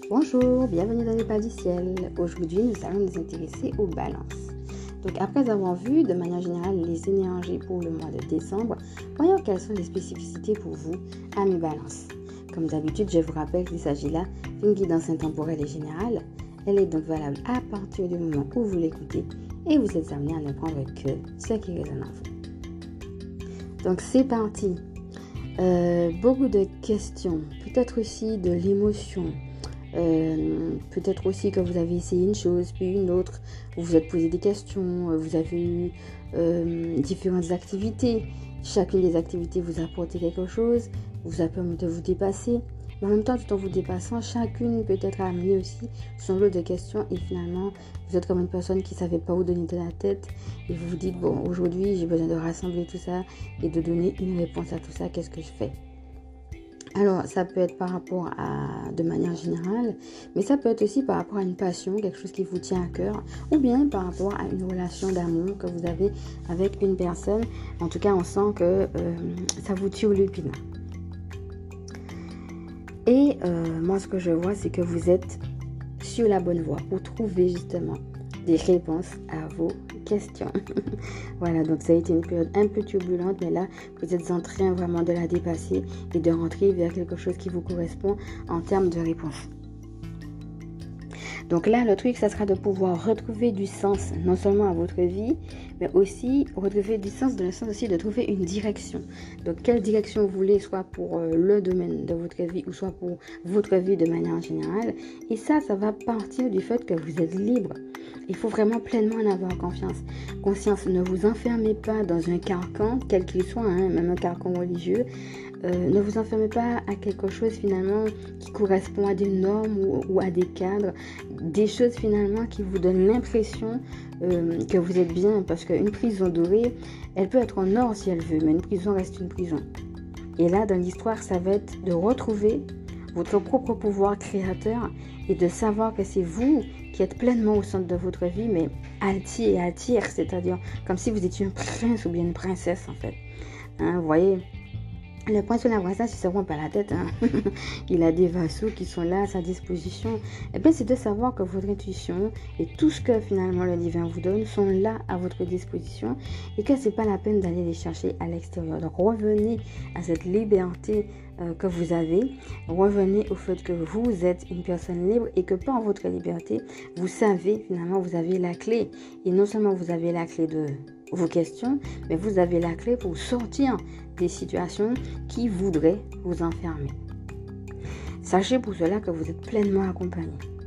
Bonjour, bienvenue dans les pas du ciel. Aujourd'hui, nous allons nous intéresser aux balances. Donc, après avoir vu de manière générale les énergies pour le mois de décembre, voyons quelles sont les spécificités pour vous, amis balances. Comme d'habitude, je vous rappelle qu'il s'agit là d'une guidance intemporelle et générale. Elle est donc valable à partir du moment où vous l'écoutez et vous êtes amené à ne prendre que ce qui résonne en vous. Donc, c'est parti. Beaucoup de questions, peut-être aussi de l'émotion. Peut-être aussi que vous avez essayé une chose puis une autre, vous vous êtes posé des questions, vous avez eu différentes activités, chacune des activités vous a apporté quelque chose, vous a permis de vous dépasser, mais en même temps tout en vous dépassant, chacune peut-être a amené aussi son lot de questions et finalement vous êtes comme une personne qui ne savait pas où donner de la tête et vous vous dites bon, aujourd'hui j'ai besoin de rassembler tout ça et de donner une réponse à tout ça, qu'est-ce que je fais? Alors, ça peut être par rapport à, de manière générale, mais ça peut être aussi par rapport à une passion, quelque chose qui vous tient à cœur, ou bien par rapport à une relation d'amour que vous avez avec une personne. En tout cas, on sent que ça vous tire le pin. Et moi, ce que je vois, c'est que vous êtes sur la bonne voie pour trouver justement des réponses à vos questions. Voilà, donc ça a été une période un peu turbulente, mais là, vous êtes en train vraiment de la dépasser et de rentrer vers quelque chose qui vous correspond en termes de réponse. Donc là, le truc, ça sera de pouvoir retrouver du sens, non seulement à votre vie, mais aussi retrouver du sens dans le sens aussi de trouver une direction. Donc, quelle direction vous voulez, soit pour le domaine de votre vie ou soit pour votre vie de manière générale. Et ça va partir du fait que vous êtes libre. Il faut vraiment pleinement en avoir conscience. Ne vous enfermez pas dans un carcan, quel qu'il soit, même un carcan religieux. Ne vous enfermez pas à quelque chose finalement qui correspond à des normes ou à des cadres, des choses finalement qui vous donnent l'impression que vous êtes bien, parce qu'une prison dorée, elle peut être en or si elle veut, mais une prison reste une prison. Et là, dans l'histoire, ça va être de retrouver votre propre pouvoir créateur et de savoir que c'est vous qui êtes pleinement au centre de votre vie, mais entier et entière, c'est-à-dire comme si vous étiez un prince ou bien une princesse en fait. Vous voyez, le prince ou la princesse, il ne se prend pas la tête. Il a des vassaux qui sont là à sa disposition. Et bien, c'est de savoir que votre intuition et tout ce que finalement le divin vous donne sont là à votre disposition et que ce n'est pas la peine d'aller les chercher à l'extérieur. Donc, revenez à cette liberté que vous avez. Revenez au fait que vous êtes une personne libre et que par votre liberté, vous savez, finalement, vous avez la clé. Et non seulement vous avez la clé de vos questions, mais vous avez la clé pour sortir des situations qui voudraient vous enfermer. Sachez pour cela que vous êtes pleinement accompagné.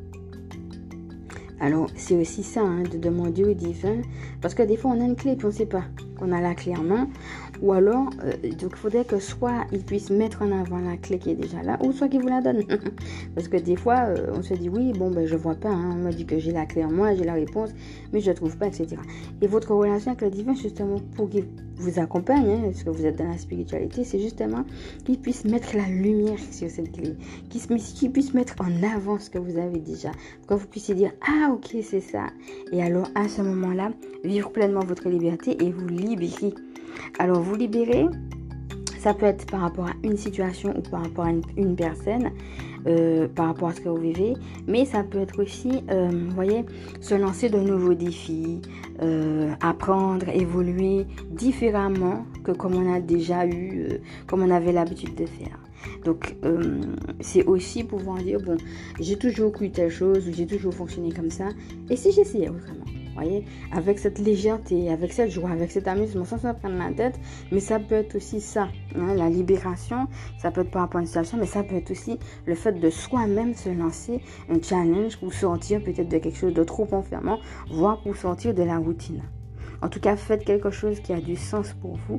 Alors, c'est aussi ça, de demander au divin, parce que des fois, on a une clé puis on ne sait pas qu'on a la clé en main, ou alors, donc il faudrait que soit il puisse mettre en avant la clé qui est déjà là, ou soit qu'il vous la donne. Parce que des fois, on se dit, oui, je vois pas, on me dit que j'ai la clé en moi, j'ai la réponse, mais je ne trouve pas, etc. Et votre relation avec le divin, justement, pour qu'il vous accompagne, parce que vous êtes dans la spiritualité, c'est justement qu'il puisse mettre la lumière sur cette clé, qu'il puisse mettre en avant ce que vous avez déjà, pour que vous puissiez dire, ah ok, c'est ça. Et alors, à ce moment-là, vivre pleinement votre liberté et vous libérer. Alors, vous libérer, ça peut être par rapport à une situation ou par rapport à une personne, par rapport à ce que vous vivez, mais ça peut être aussi, se lancer de nouveaux défis, apprendre, évoluer différemment que comme on a déjà eu, comme on avait l'habitude de faire. Donc, c'est aussi pouvoir dire, j'ai toujours cru telle chose ou j'ai toujours fonctionné comme ça, et si j'essayais autrement? Voyez, avec cette légèreté, avec cette joie, avec cet amusement, sans se prendre la tête, mais ça peut être aussi ça, la libération, ça peut être par rapport à une situation, mais ça peut être aussi le fait de soi-même se lancer un challenge pour sortir peut-être de quelque chose de trop enfermant, voire pour sortir de la routine. En tout cas, faites quelque chose qui a du sens pour vous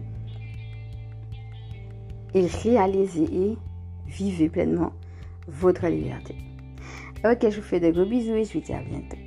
et réalisez et vivez pleinement votre liberté. Ok, je vous fais de gros bisous et je vous dis à bientôt.